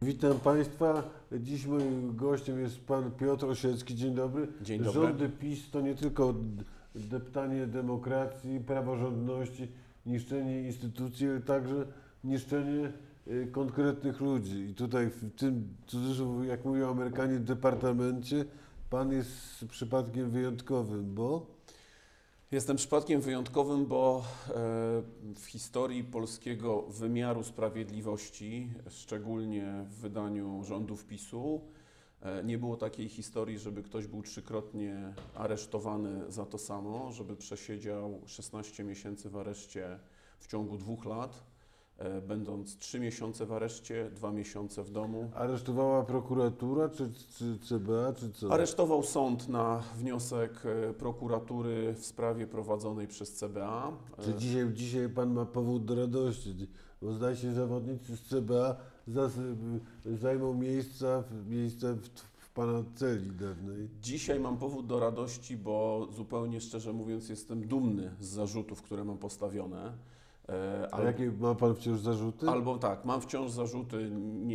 Witam Państwa. Dziś moim gościem jest Pan Piotr Osiecki. Dzień dobry. Dzień dobry. Rządy PiS to nie tylko deptanie demokracji, praworządności, niszczenie instytucji, ale także niszczenie konkretnych ludzi. I tutaj w tym, cudzysłów, jak mówią Amerykanie, departamencie Pan jest przypadkiem wyjątkowym, bo... Jestem przypadkiem wyjątkowym, bo w historii polskiego wymiaru sprawiedliwości, szczególnie w wydaniu rządów PiS-u, nie było takiej historii, żeby ktoś był trzykrotnie aresztowany za to samo, żeby przesiedział 16 miesięcy w areszcie w ciągu 2 lat, będąc 3 miesiące w areszcie, 2 miesiące w domu. Aresztowała prokuratura, czy CBA, czy co? Aresztował sąd na wniosek prokuratury w sprawie prowadzonej przez CBA. Czy dzisiaj Pan ma powód do radości? Bo zdaje się, zawodnicy z CBA zajmą miejsca w Pana celi dawnej. Dzisiaj mam powód do radości, bo zupełnie szczerze mówiąc jestem dumny z zarzutów, które mam postawione. A jakie ma Pan wciąż zarzuty? Albo tak, mam wciąż zarzuty,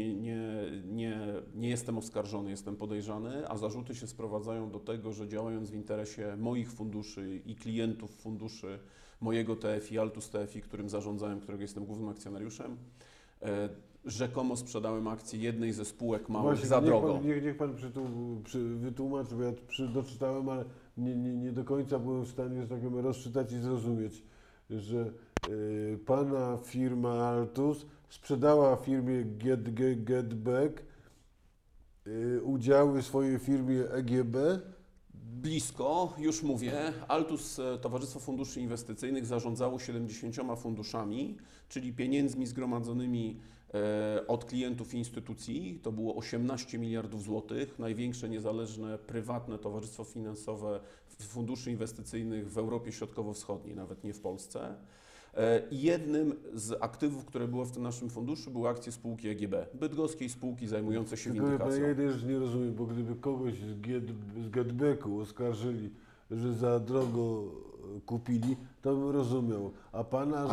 nie jestem oskarżony, jestem podejrzany, a zarzuty się sprowadzają do tego, że działając w interesie moich funduszy i klientów funduszy mojego TFI, Altus TFI, którym zarządzałem, którego jestem głównym akcjonariuszem, rzekomo sprzedałem akcję jednej ze spółek małych Właśnie, za drogo. Niech Pan wytłumaczy, bo ja doczytałem, ale nie do końca byłem w stanie, że tak powiem, rozczytać i zrozumieć, że Pana firma Altus sprzedała firmie GetBack udziały w swojej firmie EGB. Blisko, już mówię. Altus, Towarzystwo Funduszy Inwestycyjnych, zarządzało 70 funduszami, czyli pieniędzmi zgromadzonymi od klientów instytucji. To było 18 miliardów złotych, największe niezależne, prywatne towarzystwo finansowe funduszy inwestycyjnych w Europie Środkowo-Wschodniej, nawet nie w Polsce. I jednym z aktywów, które było w tym naszym funduszu, były akcje spółki EGB, bydgoskiej spółki zajmującej się windykacją. Ja też nie rozumiem, bo gdyby kogoś z GetBacku oskarżyli, że za drogo kupili, to bym rozumiał. A Pana...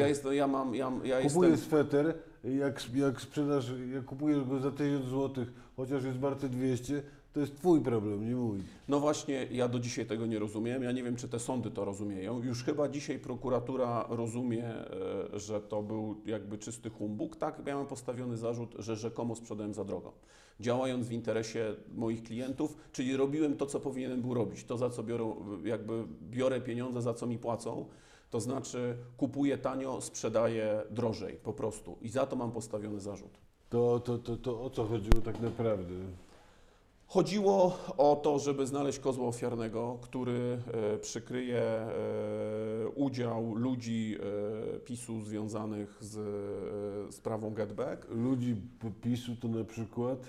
Kupuję sweter, jak sprzedasz, jak kupujesz go za 1000 zł, chociaż jest warty 200, to jest Twój problem, nie mój. No właśnie, ja do dzisiaj tego nie rozumiem. Ja nie wiem, czy te sądy to rozumieją. Już chyba dzisiaj prokuratura rozumie, że to był jakby czysty humbug. Tak, miałem postawiony zarzut, że rzekomo sprzedałem za drogo. Działając w interesie moich klientów, czyli robiłem to, co powinienem był robić. To, za co biorę pieniądze, za co mi płacą. To znaczy kupuję tanio, sprzedaję drożej po prostu. I za to mam postawiony zarzut. To o co chodziło tak naprawdę? Chodziło o to, żeby znaleźć kozła ofiarnego, który przykryje udział ludzi PiS-u związanych z sprawą GetBack. Ludzi PiS-u to na przykład?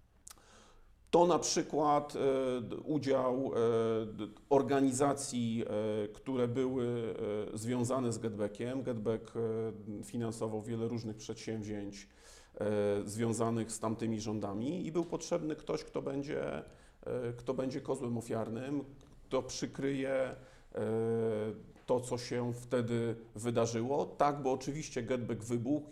To na przykład udział organizacji, które były związane z GetBackiem. GetBack finansował wiele różnych przedsięwzięć związanych z tamtymi rządami i był potrzebny ktoś, kto będzie kozłem ofiarnym, kto przykryje to, co się wtedy wydarzyło. Tak, bo oczywiście GetBack wybuchł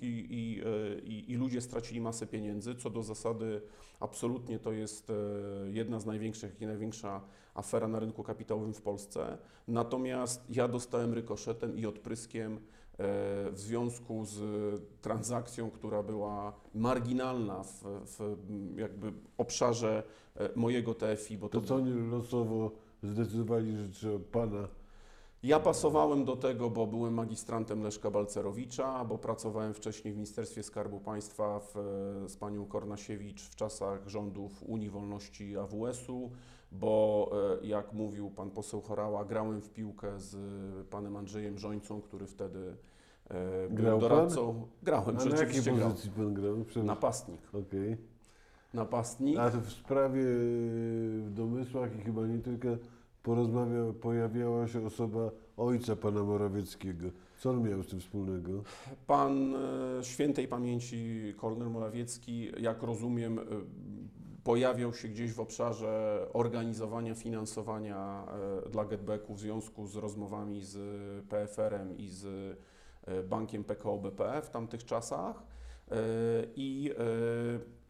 i ludzie stracili masę pieniędzy. Co do zasady absolutnie to jest jedna z największych, jak i największa afera na rynku kapitałowym w Polsce. Natomiast ja dostałem rykoszetem i odpryskiem w związku z transakcją, która była marginalna w jakby obszarze mojego TFI. Bo to co oni losowo zdecydowali, że trzeba Pana? Ja pasowałem do tego, bo byłem magistrantem Leszka Balcerowicza, bo pracowałem wcześniej w Ministerstwie Skarbu Państwa z panią Kornasiewicz w czasach rządów Unii Wolności AWS-u, bo jak mówił pan poseł Horała, grałem w piłkę z panem Andrzejem Żońcą, który wtedy był doradcą. Pan? Grałem, a rzeczywiście na jakiej pozycji Pan grał? Napastnik. Okay. Napastnik. A to w sprawie w domysłach i chyba nie tylko pojawiała się osoba ojca pana Morawieckiego. Co on miał z tym wspólnego? Pan świętej pamięci Kornel Morawiecki, jak rozumiem, pojawiał się gdzieś w obszarze organizowania, finansowania dla GetBacku w związku z rozmowami z PFR-em i z bankiem PKO BP w tamtych czasach. I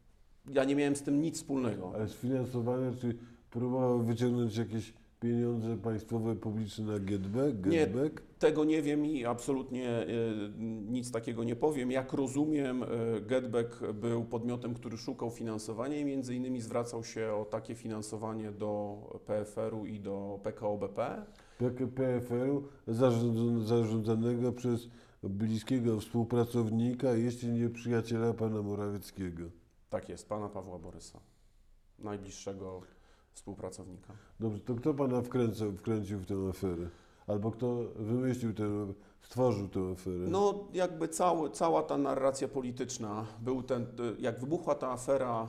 ja nie miałem z tym nic wspólnego. Ale sfinansowane, czy próbował wyciągnąć jakieś pieniądze państwowe, publiczne na GetBack? Tego nie wiem i absolutnie nic takiego nie powiem. Jak rozumiem, GetBack był podmiotem, który szukał finansowania i między innymi zwracał się o takie finansowanie do PFR-u i do PKO BP. PFR-u zarządzanego przez bliskiego współpracownika, jeśli nie przyjaciela pana Morawieckiego. Tak jest, pana Pawła Borysa, najbliższego współpracownika. Dobrze, to kto pana wkręcił w tę aferę? Albo kto wymyślił stworzył tę aferę? No jakby cała ta narracja polityczna, jak wybuchła ta afera,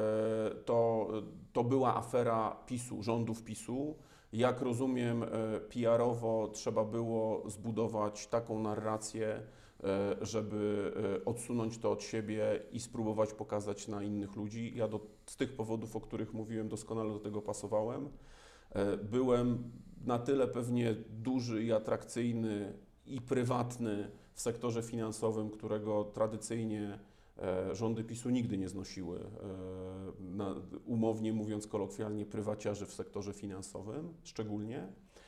to była afera PiS-u, rządów PiS-u. Jak rozumiem, PR-owo trzeba było zbudować taką narrację, żeby odsunąć to od siebie i spróbować pokazać na innych ludzi. Ja z tych powodów, o których mówiłem, doskonale do tego pasowałem. Byłem na tyle pewnie duży i atrakcyjny i prywatny w sektorze finansowym, którego tradycyjnie rządy PiS-u nigdy nie znosiły, umownie mówiąc kolokwialnie, prywaciarzy w sektorze finansowym szczególnie.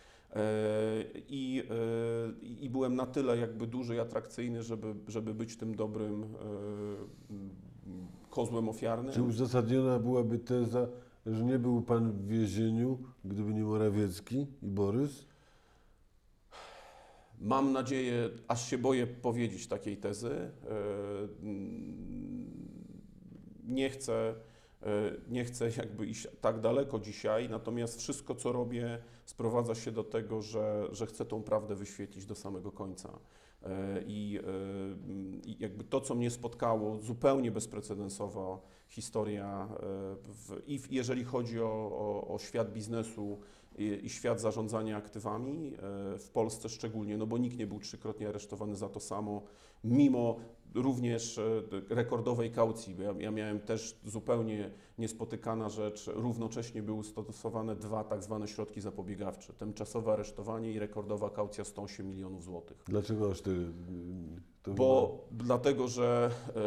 I byłem na tyle jakby duży i atrakcyjny, żeby być tym dobrym kozłem ofiarnym. Czy uzasadniona byłaby teza, że nie był pan w więzieniu, gdyby nie Morawiecki i Borys? Mam nadzieję, aż się boję powiedzieć takiej tezy. Nie chcę jakby iść tak daleko dzisiaj, natomiast wszystko, co robię, sprowadza się do tego, że chcę tą prawdę wyświetlić do samego końca. I jakby to, co mnie spotkało, zupełnie bezprecedensowa historia, jeżeli chodzi o świat biznesu i świat zarządzania aktywami, w Polsce szczególnie, no bo nikt nie był trzykrotnie aresztowany za to samo, mimo również rekordowej kaucji. Ja miałem też zupełnie niespotykana rzecz, równocześnie były stosowane dwa tak zwane środki zapobiegawcze, tymczasowe aresztowanie i rekordowa kaucja 108 milionów złotych. Dlaczego aż tyle? Dlatego, że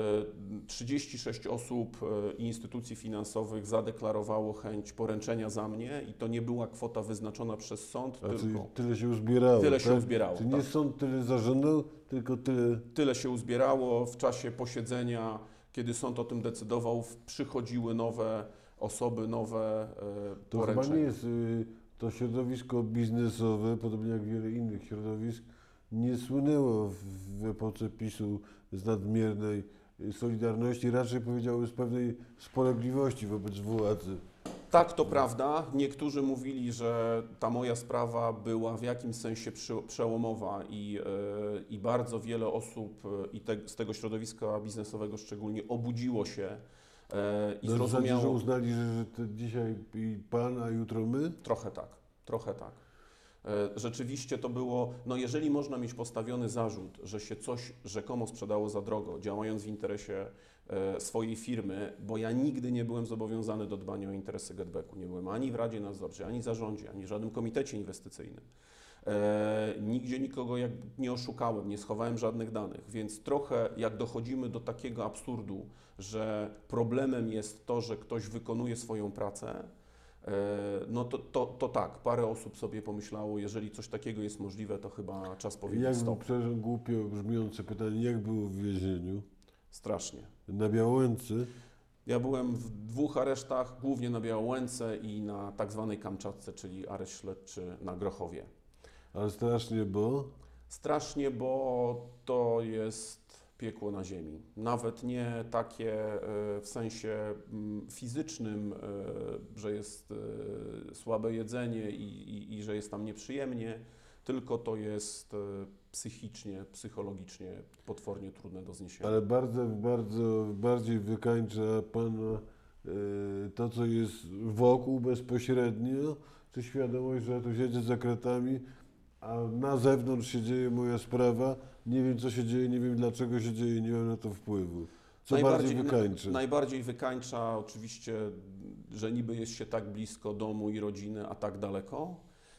36 osób i instytucji finansowych zadeklarowało chęć poręczenia za mnie i to nie była kwota wyznaczona przez sąd, tylko tyle się uzbierało. Tyle się tak? uzbierało. Czyli nie sąd tyle zażądał, tylko tyle. Tyle się uzbierało w czasie posiedzenia, kiedy sąd o tym decydował, przychodziły nowe osoby, nowe To poręczenia. chyba nie jest to środowisko biznesowe, podobnie jak wiele innych środowisk, nie słynęło w epoce PiS-u z nadmiernej solidarności, raczej powiedziałbym z pewnej spolegliwości wobec władzy. Tak, to prawda. Niektórzy mówili, że ta moja sprawa była w jakimś sensie przełomowa i bardzo wiele osób z tego środowiska biznesowego szczególnie obudziło się i zrozumiało. Że uznali, że to dzisiaj i pan, a jutro my? Trochę tak, trochę tak. Rzeczywiście to było, no jeżeli można mieć postawiony zarzut, że się coś rzekomo sprzedało za drogo, działając w interesie swojej firmy, bo ja nigdy nie byłem zobowiązany do dbania o interesy GetBacku. Nie byłem ani w Radzie Nadzorczej, ani w zarządzie, ani w żadnym komitecie inwestycyjnym. Nigdzie nikogo nie oszukałem, nie schowałem żadnych danych, więc trochę jak dochodzimy do takiego absurdu, że problemem jest to, że ktoś wykonuje swoją pracę, no to tak, parę osób sobie pomyślało, jeżeli coś takiego jest możliwe, to chyba czas powiedzieć stop. Przepraszam, głupio brzmiące pytanie, jak było w więzieniu? Strasznie. Na Białołęce? Ja byłem w dwóch aresztach, głównie na Białołęce i na tak zwanej Kamczatce, czyli areszt śledczy na Grochowie. Ale strasznie, bo? Strasznie, bo to jest piekło na ziemi. Nawet nie takie w sensie fizycznym, że jest słabe jedzenie i że jest tam nieprzyjemnie, tylko to jest psychicznie, psychologicznie potwornie trudne do zniesienia. Ale bardzo bardziej wykańcza pana to, co jest wokół bezpośrednio, czy świadomość, że ja tu siedzę za kratami, a na zewnątrz się dzieje moja sprawa, nie wiem co się dzieje, nie wiem dlaczego się dzieje, nie mam na to wpływu. Co bardziej wykańcza? Najbardziej wykańcza oczywiście, że niby jest się tak blisko domu i rodziny, a tak daleko,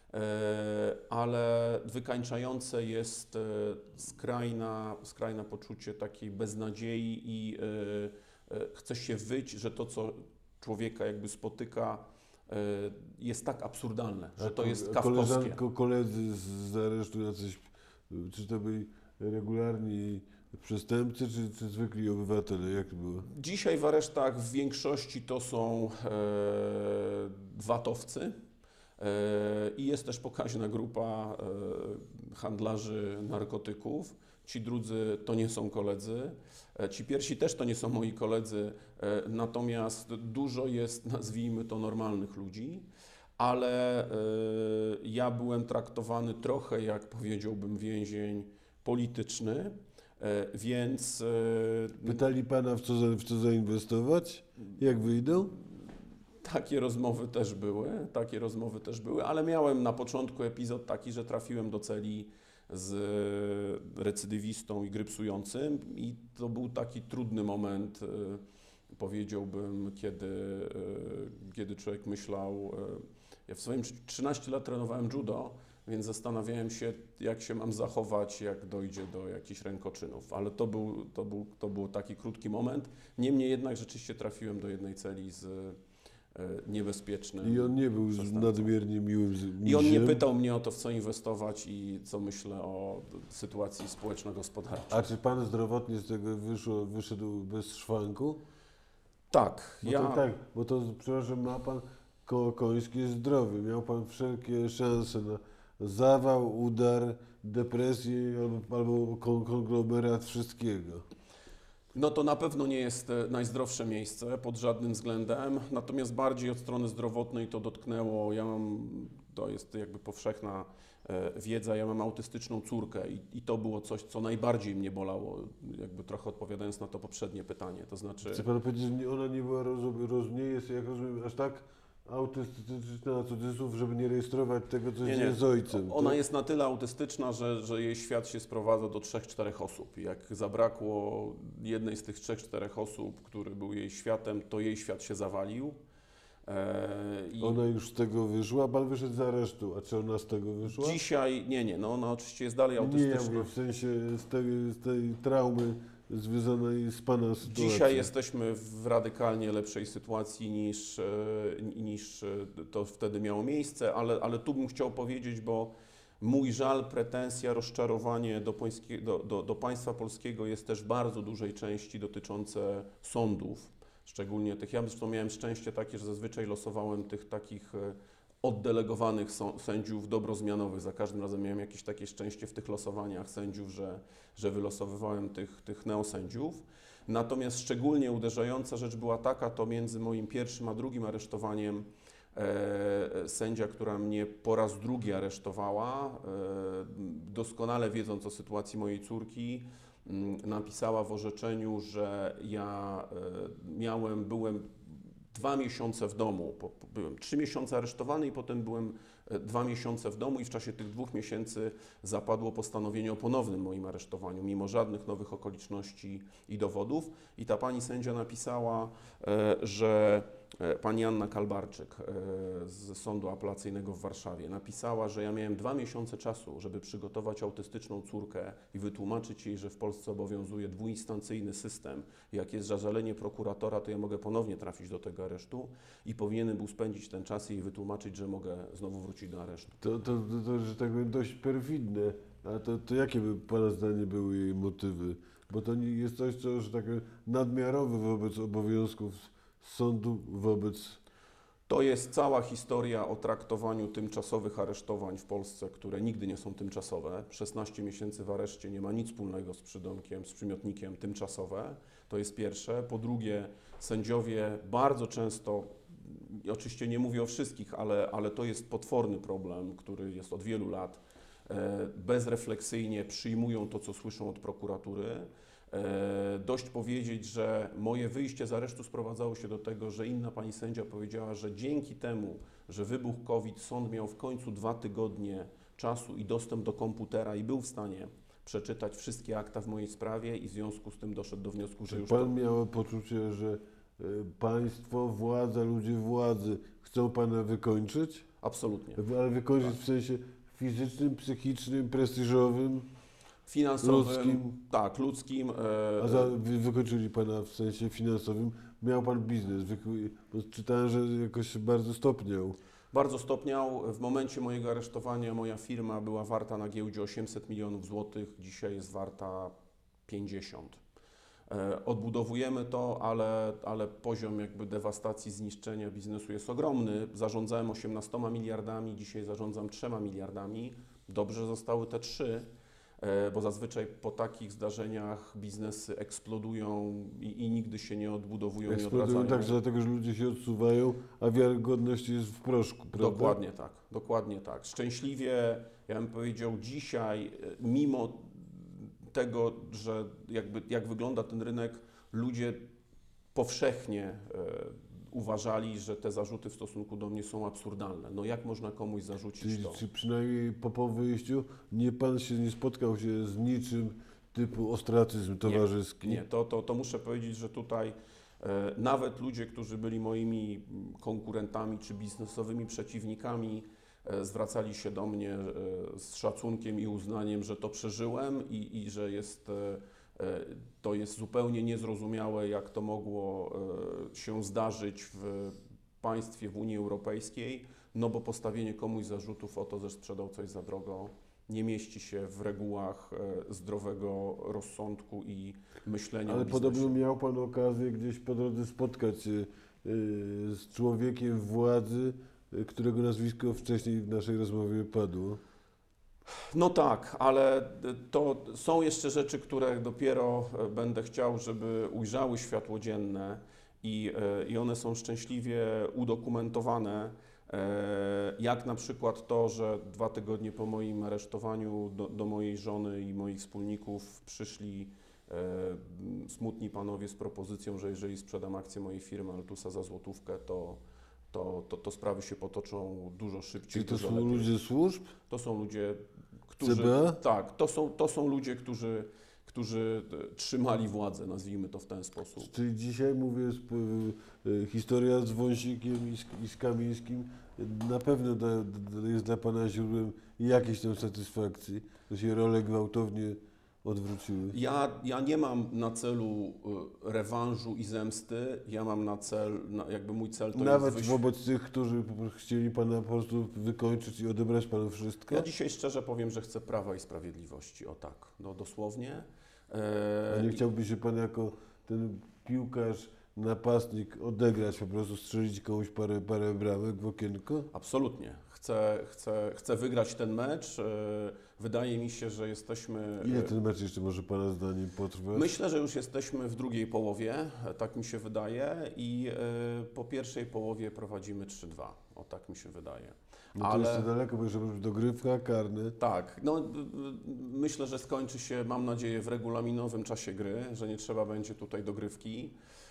ale wykańczające jest skrajne poczucie takiej beznadziei i chce się wyć, że to, co człowieka jakby spotyka, jest tak absurdalne, że to jest kafkowskie. Koledzy z aresztu jacyś, czy to byli regularni przestępcy, czy zwykli obywatele? Jak to było? Dzisiaj w aresztach w większości to są watowcy i jest też pokaźna grupa handlarzy narkotyków. Ci drudzy to nie są koledzy, ci pierwsi też to nie są moi koledzy, natomiast dużo jest, nazwijmy to, normalnych ludzi, ale ja byłem traktowany trochę jak, powiedziałbym, więzień polityczny, więc... Pytali pana, w co zainwestować? Jak wyjdą? Takie rozmowy też były, ale miałem na początku epizod taki, że trafiłem do celi z recydywistą i grypsującym i to był taki trudny moment, powiedziałbym, kiedy człowiek myślał, ja w swoim 13 lat trenowałem judo, więc zastanawiałem się, jak się mam zachować, jak dojdzie do jakichś rękoczynów, ale to był taki krótki moment. Niemniej jednak rzeczywiście trafiłem do jednej celi z niebezpiecznym. I on nie był nadmiernie miłym misiem. I on nie pytał mnie o to, w co inwestować i co myślę o sytuacji społeczno-gospodarczej. A czy pan zdrowotnie z tego wyszedł bez szwanku? Tak, Bo to, przepraszam, ma pan końskie zdrowie. Miał pan wszelkie szanse na zawał, udar, depresję albo konglomerat wszystkiego. No to na pewno nie jest najzdrowsze miejsce pod żadnym względem, natomiast bardziej od strony zdrowotnej to dotknęło, to jest jakby powszechna wiedza, ja mam autystyczną córkę i to było coś, co najbardziej mnie bolało, jakby trochę odpowiadając na to poprzednie pytanie, to znaczy... Chcę pan powiedzieć, że ona nie była, nie jest, jak rozumiem, aż tak autystyczna, cudzysłów, żeby nie rejestrować tego, co się dzieje z ojcem. Ona jest na tyle autystyczna, że jej świat się sprowadza do 3-4 osób. Jak zabrakło jednej z tych 3-4 osób, który był jej światem, to jej świat się zawalił. Ona już z tego wyszła, pan wyszedł z aresztu, a czy ona z tego wyszła? Dzisiaj, nie, no ona oczywiście jest dalej autystyczna. Nie, ja mówię w sensie z tej traumy związanej z pana sytuacją. Dzisiaj jesteśmy w radykalnie lepszej sytuacji niż to wtedy miało miejsce, ale tu bym chciał powiedzieć, bo mój żal, pretensja, rozczarowanie do państwa polskiego jest też w bardzo dużej części dotyczące sądów, szczególnie tych. Ja zresztą miałem szczęście takie, że zazwyczaj losowałem tych takich oddelegowanych sędziów dobrozmianowych. Za każdym razem miałem jakieś takie szczęście w tych losowaniach sędziów, że wylosowywałem tych neosędziów. Natomiast szczególnie uderzająca rzecz była taka, to między moim pierwszym a drugim aresztowaniem sędzia, która mnie po raz drugi aresztowała, doskonale wiedząc o sytuacji mojej córki, napisała w orzeczeniu, że ja byłem 2 miesiące w domu, byłem 3 miesiące aresztowany i potem byłem 2 miesiące w domu i w czasie tych 2 miesięcy zapadło postanowienie o ponownym moim aresztowaniu, mimo żadnych nowych okoliczności i dowodów. I ta pani sędzia napisała, że pani Anna Kalbarczyk z Sądu Apelacyjnego w Warszawie napisała, że ja miałem 2 miesiące czasu, żeby przygotować autystyczną córkę i wytłumaczyć jej, że w Polsce obowiązuje dwuinstancyjny system. Jak jest zażalenie prokuratora, to ja mogę ponownie trafić do tego aresztu i powinienem był spędzić ten czas i jej wytłumaczyć, że mogę znowu wrócić do aresztu. To że tak powiem, dość perfidne. A to jakie by pana zdanie były jej motywy? Bo to nie jest coś, co, że tak powiem, nadmiarowe wobec obowiązków sądu wobec... To jest cała historia o traktowaniu tymczasowych aresztowań w Polsce, które nigdy nie są tymczasowe. 16 miesięcy w areszcie nie ma nic wspólnego z przydomkiem, z przymiotnikiem tymczasowe. To jest pierwsze. Po drugie, sędziowie bardzo często, oczywiście nie mówię o wszystkich, ale to jest potworny problem, który jest od wielu lat, bezrefleksyjnie przyjmują to, co słyszą od prokuratury. Dość powiedzieć, że moje wyjście z aresztu sprowadzało się do tego, że inna pani sędzia powiedziała, że dzięki temu, że wybuchł COVID, sąd miał w końcu 2 tygodnie czasu i dostęp do komputera i był w stanie przeczytać wszystkie akta w mojej sprawie i w związku z tym doszedł do wniosku, że już Pan miał poczucie, że państwo, władza, ludzie władzy chcą pana wykończyć? Absolutnie. Ale wykończyć w sensie fizycznym, psychicznym, prestiżowym? Finansowym, ludzkim. tak, ludzkim. Wykończyli pana w sensie finansowym. Miał pan biznes. Bo czytałem, że jakoś bardzo stopniał. Bardzo stopniał. W momencie mojego aresztowania moja firma była warta na giełdzie 800 milionów złotych, dzisiaj jest warta 50. Odbudowujemy to, ale poziom jakby dewastacji, zniszczenia biznesu jest ogromny. Zarządzałem 18 miliardami, dzisiaj zarządzam 3 miliardami. Dobrze zostały te 3, bo zazwyczaj po takich zdarzeniach biznesy eksplodują i nigdy się nie odbudowują, nie Eksplodują odradzają. tak, dlatego, że ludzie się odsuwają, a wiarygodność jest w proszku, prawda? Dokładnie tak, dokładnie tak. Szczęśliwie, ja bym powiedział, dzisiaj, mimo tego, że jak wygląda ten rynek, ludzie powszechnie uważali, że te zarzuty w stosunku do mnie są absurdalne. No jak można komuś zarzucić Czyli to? czy przynajmniej po wyjściu pan się nie spotkał się z niczym typu ostracyzm towarzyski? Nie, to muszę powiedzieć, że tutaj nawet ludzie, którzy byli moimi konkurentami czy biznesowymi przeciwnikami, zwracali się do mnie z szacunkiem i uznaniem, że to przeżyłem i że to jest zupełnie niezrozumiałe, jak to mogło się zdarzyć w państwie w Unii Europejskiej, no bo postawienie komuś zarzutów o to, że sprzedał coś za drogo, nie mieści się w regułach zdrowego rozsądku i myślenia Ale o biznesie. podobno miał pan okazję gdzieś po drodze spotkać się z człowiekiem władzy, którego nazwisko wcześniej w naszej rozmowie padło. No tak, ale to są jeszcze rzeczy, które dopiero będę chciał, żeby ujrzały światło dzienne i one są szczęśliwie udokumentowane. Jak na przykład to, że 2 tygodnie po moim aresztowaniu do mojej żony i moich wspólników przyszli smutni panowie z propozycją, że jeżeli sprzedam akcję mojej firmy Altusa za złotówkę, to sprawy się potoczą dużo szybciej. Czyli to dużo są lepiej. ludzie służb? To są ludzie, którzy... CBA? Tak, to są ludzie, którzy trzymali władzę, nazwijmy to w ten sposób. Czyli dzisiaj mówię, historia z Wąsikiem i z Kamińskim na pewno jest dla pana źródłem jakiejś tam satysfakcji, że się role gwałtownie odwróciły. Ja nie mam na celu rewanżu i zemsty, ja mam na cel, jakby mój cel to Nawet jest wobec tych, którzy chcieli pana po prostu wykończyć i odebrać panu wszystko? Ja dzisiaj szczerze powiem, że chcę prawa i sprawiedliwości, o tak, no dosłownie. A nie chciałby się pan jako ten piłkarz, napastnik odegrać, po prostu strzelić komuś parę bramek w okienko? Absolutnie. Chcę wygrać ten mecz. Wydaje mi się, że jesteśmy... Ile ten mecz jeszcze może pana zdaniem potrwać? Myślę, że już jesteśmy w drugiej połowie, tak mi się wydaje i po pierwszej połowie prowadzimy 3-2, o tak mi się wydaje. No to jeszcze daleko, bo jeszcze może być dogrywka, karne. Tak, no myślę, że skończy się, mam nadzieję, w regulaminowym czasie gry, że nie trzeba będzie tutaj dogrywki.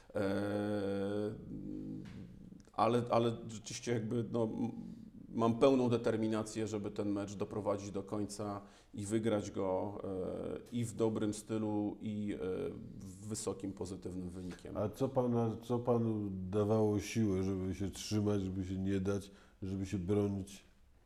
Ale rzeczywiście jakby no, mam pełną determinację, żeby ten mecz doprowadzić do końca i wygrać go i w dobrym stylu, i wysokim, pozytywnym wynikiem. A co panu dawało siłę, żeby się trzymać, żeby się nie dać, żeby się bronić?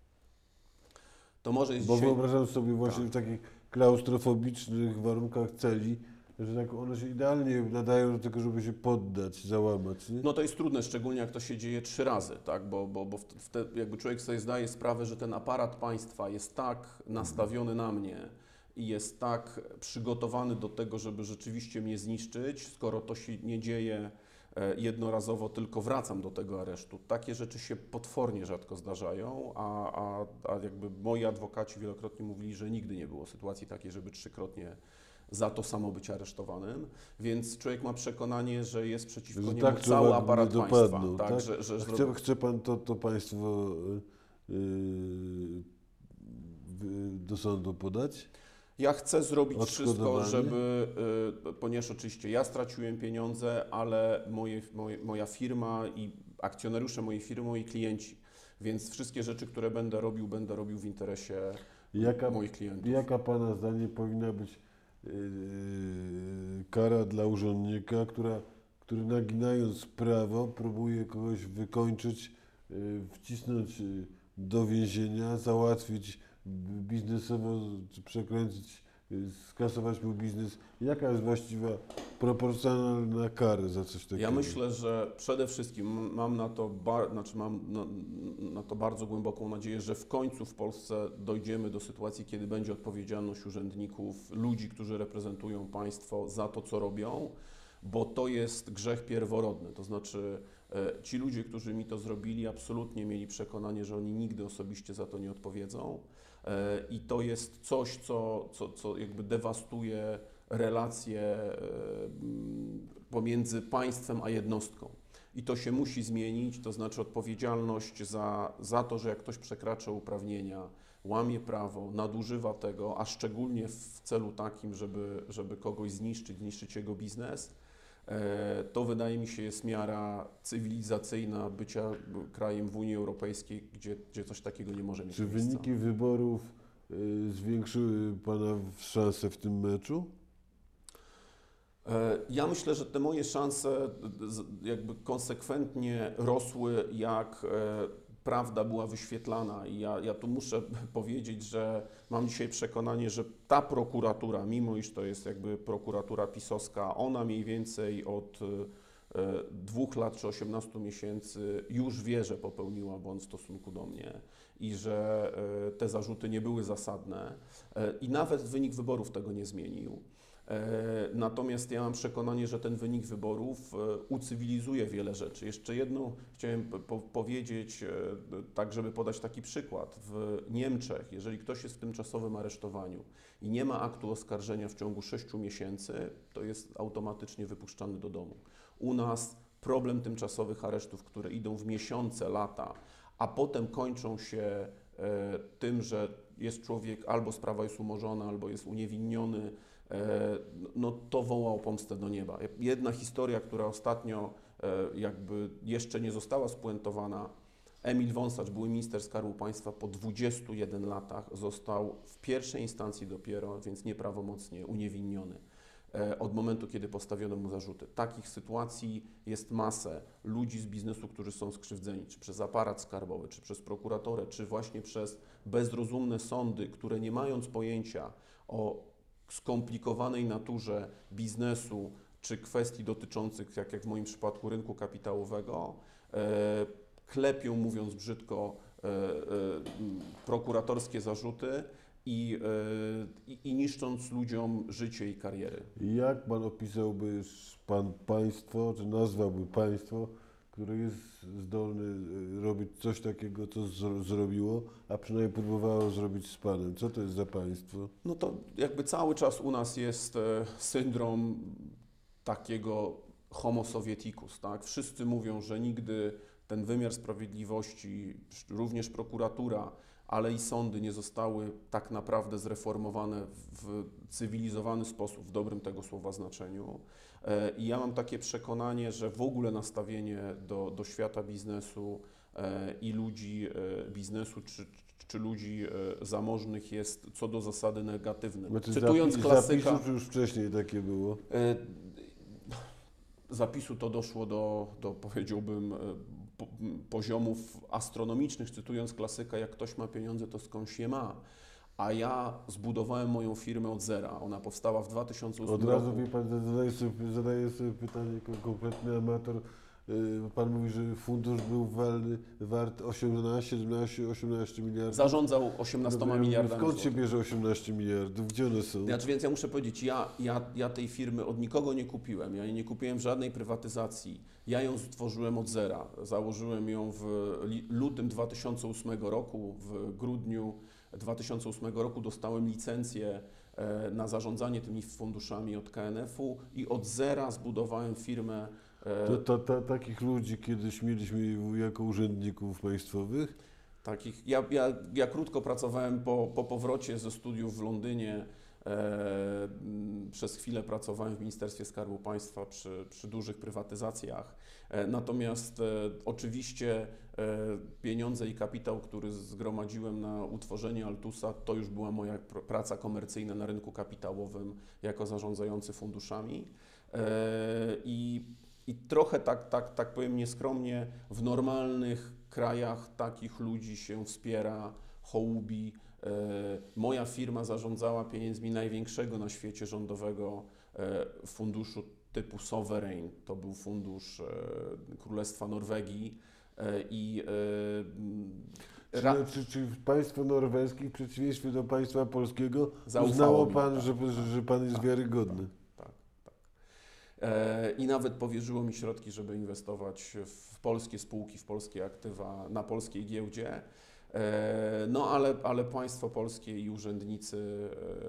To może jest Bo dzisiaj... wyobrażam sobie właśnie w takich klaustrofobicznych warunkach celi, że tak one się idealnie nadają do tego, żeby się poddać, załamać, nie? No to jest trudne, szczególnie jak to się dzieje 3 razy, tak? Bo jakby człowiek sobie zdaje sprawę, że ten aparat państwa jest tak nastawiony na mnie i jest tak przygotowany do tego, żeby rzeczywiście mnie zniszczyć, skoro to się nie dzieje jednorazowo, tylko wracam do tego aresztu. Takie rzeczy się potwornie rzadko zdarzają, a jakby moi adwokaci wielokrotnie mówili, że nigdy nie było sytuacji takiej, żeby 3-krotnie za to samo być aresztowanym, więc człowiek ma przekonanie, że jest przeciwko niemu tak cały aparat państwa. dopadną, tak? Chce pan to państwo do sądu podać? Ja chcę zrobić wszystko, Odszkodowanie? żeby, ponieważ oczywiście ja straciłem pieniądze, ale moja firma i akcjonariusze mojej firmy, moi klienci, więc wszystkie rzeczy, które będę robił w interesie moich klientów. Jaka pana zdaniem powinna być kara dla urzędnika, który naginając prawo próbuje kogoś wykończyć, wcisnąć do więzienia, załatwić biznesowo, czy przekręcić skasować mu biznes. Jaka jest właściwa proporcjonalna kara za coś takiego? Ja myślę, że przede wszystkim mam na to, mam na to bardzo głęboką nadzieję, że w końcu w Polsce dojdziemy do sytuacji, kiedy będzie odpowiedzialność urzędników, ludzi, którzy reprezentują państwo za to, co robią, bo to jest grzech pierworodny. To znaczy ci ludzie, którzy mi to zrobili, absolutnie mieli przekonanie, że oni nigdy osobiście za to nie odpowiedzą i to jest coś, co jakby dewastuje relacje pomiędzy państwem a jednostką. I to się musi zmienić, to znaczy odpowiedzialność za to, że jak ktoś przekracza uprawnienia, łamie prawo, nadużywa tego, a szczególnie w celu takim, żeby kogoś zniszczyć jego biznes, to wydaje mi się jest miara cywilizacyjna bycia krajem w Unii Europejskiej, gdzie coś takiego nie może mieć Czy miejsca. wyniki wyborów zwiększyły Pana szanse w tym meczu? Ja myślę, że te moje szanse jakby konsekwentnie rosły, jak prawda była wyświetlana i ja tu muszę powiedzieć, że mam dzisiaj przekonanie, że ta prokuratura, mimo iż to jest jakby prokuratura pisowska, ona mniej więcej od 2 lat czy 18 miesięcy już wie, że popełniła błąd w stosunku do mnie i że te zarzuty nie były zasadne i nawet wynik wyborów tego nie zmienił. Natomiast ja mam przekonanie, że ten wynik wyborów ucywilizuje wiele rzeczy. Jeszcze jedno chciałem powiedzieć, tak żeby podać taki przykład. W Niemczech, jeżeli ktoś jest w tymczasowym aresztowaniu i nie ma aktu oskarżenia w ciągu 6 miesięcy, to jest automatycznie wypuszczany do domu. U nas problem tymczasowych aresztów, które idą w miesiące, lata, a potem kończą się tym, że jest człowiek, albo sprawa jest umorzona, albo jest uniewinniony, no to woła o pomstę do nieba. Jedna historia, która ostatnio jakby jeszcze nie została spuentowana. Emil Wąsacz, były minister Skarbu Państwa, po 21 latach został w pierwszej instancji dopiero, więc nieprawomocnie uniewinniony od momentu, kiedy postawiono mu zarzuty. Takich sytuacji jest masę. Ludzi z biznesu, którzy są skrzywdzeni, czy przez aparat skarbowy, czy przez prokuratorę, czy właśnie przez bezrozumne sądy, które nie mając pojęcia o skomplikowanej naturze biznesu, czy kwestii dotyczących, jak w moim przypadku, rynku kapitałowego, klepią, mówiąc brzydko, prokuratorskie zarzuty i niszcząc ludziom życie i kariery. Jak Pan opisałby państwo, czy nazwałby państwo, które jest zdolne robić coś takiego, co zrobiło, a przynajmniej próbowało zrobić z Panem? Co to jest za państwo? No to jakby cały czas u nas jest syndrom takiego homo sovieticus, tak? Wszyscy mówią, że nigdy ten wymiar sprawiedliwości, również prokuratura, ale i sądy nie zostały tak naprawdę zreformowane w cywilizowany sposób, w dobrym tego słowa znaczeniu. I ja mam takie przekonanie, że w ogóle nastawienie do świata biznesu i ludzi biznesu, czy ludzi zamożnych jest co do zasady negatywne. Znaczy Cytując klasyka... Zapisu, czy już wcześniej takie było? Zapisu to doszło do powiedziałbym, poziomów astronomicznych, cytując klasyka, jak ktoś ma pieniądze, to skądś je ma. A ja zbudowałem moją firmę od zera. Ona powstała w 2008 roku. Od razu, wie Pan, zadaje sobie pytanie jako kompletny amator. Pan mówi, że fundusz był wart 18 miliardów. Zarządzał 18 miliardami Skąd się złotych. bierze 18 miliardów? Gdzie one są? Znaczy, więc ja muszę powiedzieć, ja tej firmy od nikogo nie kupiłem. Ja jej nie kupiłem w żadnej prywatyzacji. Ja ją stworzyłem od zera. Założyłem ją w lutym 2008 roku. W grudniu 2008 roku dostałem licencję na zarządzanie tymi funduszami od KNF-u i od zera zbudowałem firmę. Takich ludzi kiedyś mieliśmy jako urzędników państwowych? Takich. Ja krótko pracowałem po powrocie ze studiów w Londynie. Przez chwilę pracowałem w Ministerstwie Skarbu Państwa przy dużych prywatyzacjach. Natomiast oczywiście pieniądze i kapitał, który zgromadziłem na utworzenie Altusa, to już była moja praca komercyjna na rynku kapitałowym jako zarządzający funduszami. I trochę tak powiem nieskromnie, w normalnych krajach takich ludzi się wspiera, hołubi, Moja firma zarządzała pieniędzmi największego na świecie rządowego funduszu typu Sovereign. To był fundusz Królestwa Norwegii i Czy państwo norweskie w przeciwieństwie do państwa polskiego Zaufało uznało mi, pan, tak, że pan jest wiarygodny? tak. I nawet powierzyło mi środki, żeby inwestować w polskie spółki, w polskie aktywa na polskiej giełdzie. No ale państwo polskie i urzędnicy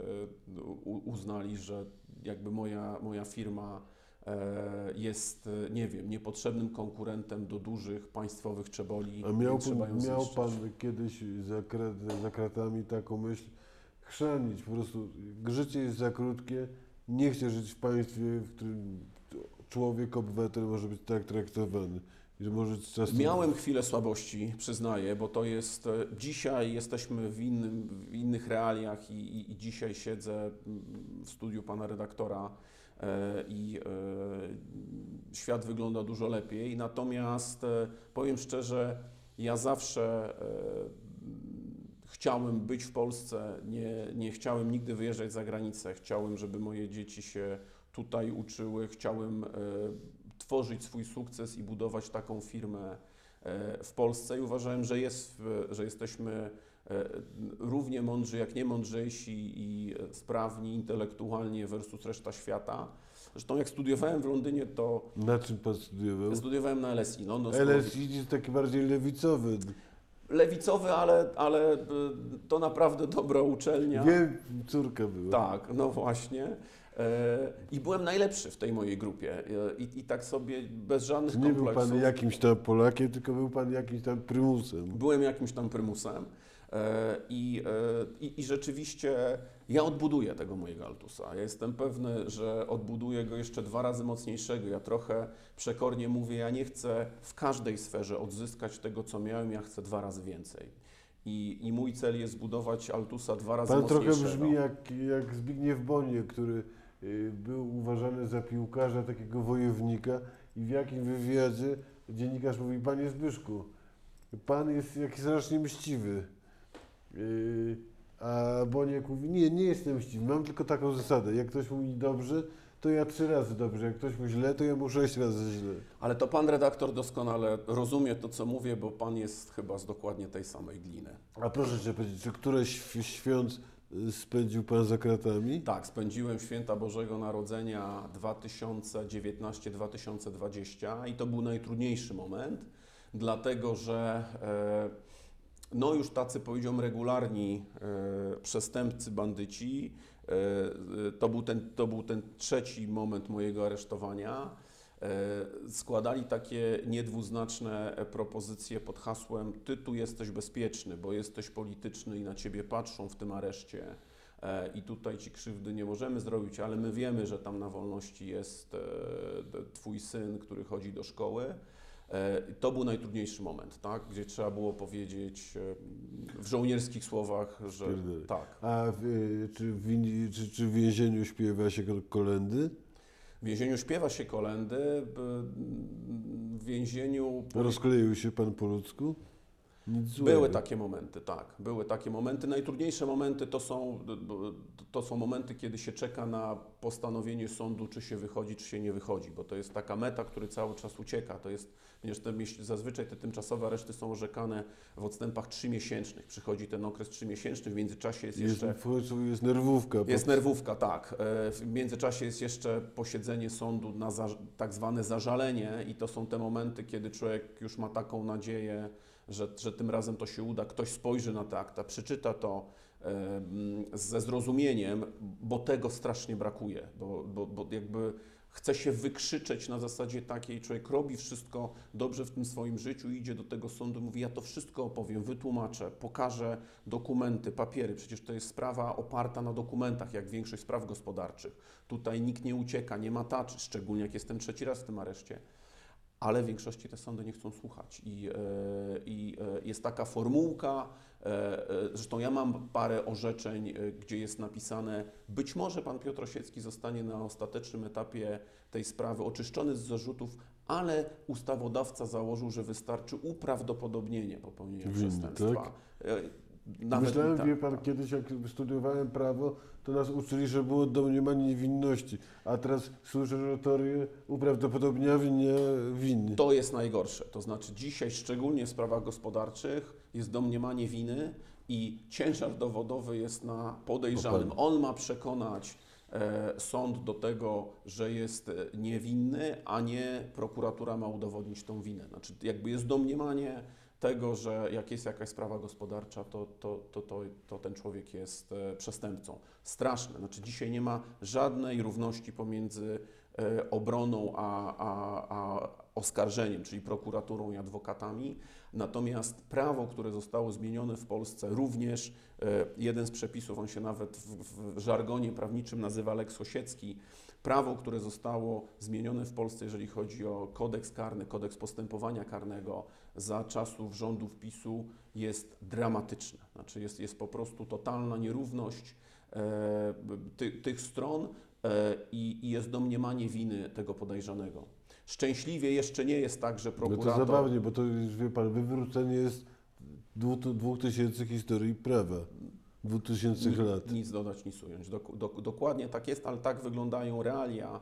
uznali, że jakby moja firma jest, nie wiem, niepotrzebnym konkurentem do dużych państwowych czeboli. A miał pan kiedyś za kratami taką myśl chrzanić, po prostu życie jest za krótkie, nie chcę żyć w państwie, w którym człowiek, obywatel może być tak traktowany. I że może z czasem... Miałem chwilę słabości, przyznaję, bo to jest, dzisiaj jesteśmy w innych realiach i dzisiaj siedzę w studiu pana redaktora i świat wygląda dużo lepiej. Natomiast powiem szczerze, ja zawsze chciałem być w Polsce, nie chciałem nigdy wyjeżdżać za granicę. Chciałem, żeby moje dzieci się tutaj uczyły, chciałem tworzyć swój sukces i budować taką firmę w Polsce i uważałem, że jesteśmy równie mądrzy jak nie mądrzejsi i sprawni intelektualnie versus reszta świata. Zresztą jak studiowałem w Londynie, to... Na czym pan studiował? Studiowałem na LSI. LSI jest taki bardziej lewicowy. Lewicowy, ale to naprawdę dobra uczelnia. Wiem, córka była. Tak, no właśnie. I byłem najlepszy w tej mojej grupie i tak sobie bez żadnych nie kompleksów. był pan jakimś tam Polakiem, tylko był pan jakimś tam prymusem. Byłem jakimś tam prymusem i rzeczywiście ja odbuduję tego mojego Altusa. Ja jestem pewny, że odbuduję go jeszcze 2 razy mocniejszego. Ja trochę przekornie mówię, ja nie chcę w każdej sferze odzyskać tego, co miałem, ja chcę 2 razy więcej. I mój cel jest zbudować Altusa 2 razy pan mocniejszego. Pan trochę brzmi jak Zbigniew Boniek, który był uważany za piłkarza, takiego wojownika i w jakim wywiadzie dziennikarz mówi: panie Zbyszku, pan jest jakiś strasznie mściwy. A Boniek mówi: nie jestem mściwy, mam tylko taką zasadę, jak ktoś mówi dobrze, to ja 3 razy dobrze, jak ktoś mówi źle, to ja mu 6 razy źle. Ale to pan redaktor doskonale rozumie to, co mówię, bo pan jest chyba z dokładnie tej samej gliny. A proszę cię powiedzieć, czy któreś świąt spędził pan za kratami? Tak, spędziłem święta Bożego Narodzenia 2019-2020 i to był najtrudniejszy moment, dlatego że no już tacy, powiedziałbym, regularni przestępcy, bandyci, to był ten trzeci moment mojego aresztowania, składali takie niedwuznaczne propozycje pod hasłem: ty tu jesteś bezpieczny, bo jesteś polityczny i na ciebie patrzą w tym areszcie i tutaj ci krzywdy nie możemy zrobić, ale my wiemy, że tam na wolności jest twój syn, który chodzi do szkoły. To był najtrudniejszy moment, tak? Gdzie trzeba było powiedzieć w żołnierskich słowach, że tak. A czy w więzieniu śpiewa się kolędy? W więzieniu śpiewa się kolędy, w więzieniu... Rozkleił się pan po ludzku? Nic złego. Były takie momenty, tak. Były takie momenty. Najtrudniejsze momenty to są momenty, kiedy się czeka na postanowienie sądu, czy się wychodzi, czy się nie wychodzi, bo to jest taka meta, który cały czas ucieka. To jest, zazwyczaj te tymczasowe areszty są orzekane w odstępach 3-miesięcznych. Przychodzi ten okres 3-miesięczny, w międzyczasie jest jeszcze... Jest nerwówka. Jest nerwówka, tak. W międzyczasie jest jeszcze posiedzenie sądu na tak zwane zażalenie i to są te momenty, kiedy człowiek już ma taką nadzieję, że tym razem to się uda, ktoś spojrzy na te akta, przeczyta to ze zrozumieniem, bo tego strasznie brakuje, bo jakby chce się wykrzyczeć na zasadzie takiej, człowiek robi wszystko dobrze w tym swoim życiu, idzie do tego sądu, mówi: ja to wszystko opowiem, wytłumaczę, pokażę dokumenty, papiery, przecież to jest sprawa oparta na dokumentach, jak większość spraw gospodarczych. Tutaj nikt nie ucieka, nie ma taczy, szczególnie jak jestem 3. raz w tym areszcie. Ale w większości te sądy nie chcą słuchać i jest taka formułka, zresztą ja mam parę orzeczeń, gdzie jest napisane: być może pan Piotr Osiecki zostanie na ostatecznym etapie tej sprawy oczyszczony z zarzutów, ale ustawodawca założył, że wystarczy uprawdopodobnienie popełnienia przestępstwa. Tak? Myślałem, tak, wie pan, kiedyś jak studiowałem prawo, to nas uczyli, że było domniemanie niewinności, a teraz słyszę, że teorię uprawdopodobniania winy. To jest najgorsze. To znaczy dzisiaj, szczególnie w sprawach gospodarczych, jest domniemanie winy i ciężar dowodowy jest na podejrzanym. On ma przekonać sąd do tego, że jest niewinny, a nie prokuratura ma udowodnić tą winę. Znaczy jakby jest domniemanie tego, że jak jest jakaś sprawa gospodarcza, to ten człowiek jest przestępcą. Straszne. Znaczy dzisiaj nie ma żadnej równości pomiędzy obroną a oskarżeniem, czyli prokuraturą i adwokatami. Natomiast prawo, które zostało zmienione w Polsce, również jeden z przepisów, on się nawet w żargonie prawniczym nazywa Lex Osiecki, prawo, które zostało zmienione w Polsce, jeżeli chodzi o kodeks karny, kodeks postępowania karnego za czasów rządów PiS-u, jest dramatyczne. Znaczy jest po prostu totalna nierówność tych stron i jest domniemanie winy tego podejrzanego. Szczęśliwie jeszcze nie jest tak, że No prokurator... to zabawnie, bo to już, wie pan, wywrócenie jest 2000 historii prawa, 2000 lat. Nic dodać, nic ująć. Dokładnie tak jest, ale tak wyglądają realia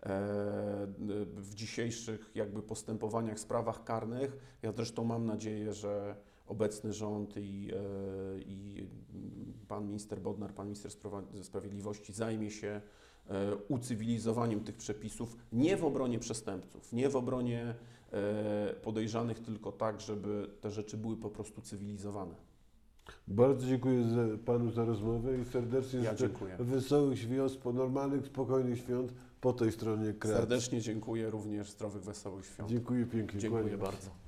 w dzisiejszych jakby postępowaniach, sprawach karnych. Ja zresztą mam nadzieję, że obecny rząd i pan minister Bodnar, pan minister sprawiedliwości zajmie się ucywilizowaniem tych przepisów nie w obronie przestępców, nie w obronie podejrzanych, tylko tak, żeby te rzeczy były po prostu cywilizowane. Bardzo dziękuję panu za rozmowę i serdecznie Ja życzę dziękuję. wesołych świąt, normalnych, spokojnych świąt po tej stronie kraju. Serdecznie dziękuję, również zdrowych, wesołych świąt. Dziękuję pięknie. Dziękuję Kłaniam się. bardzo.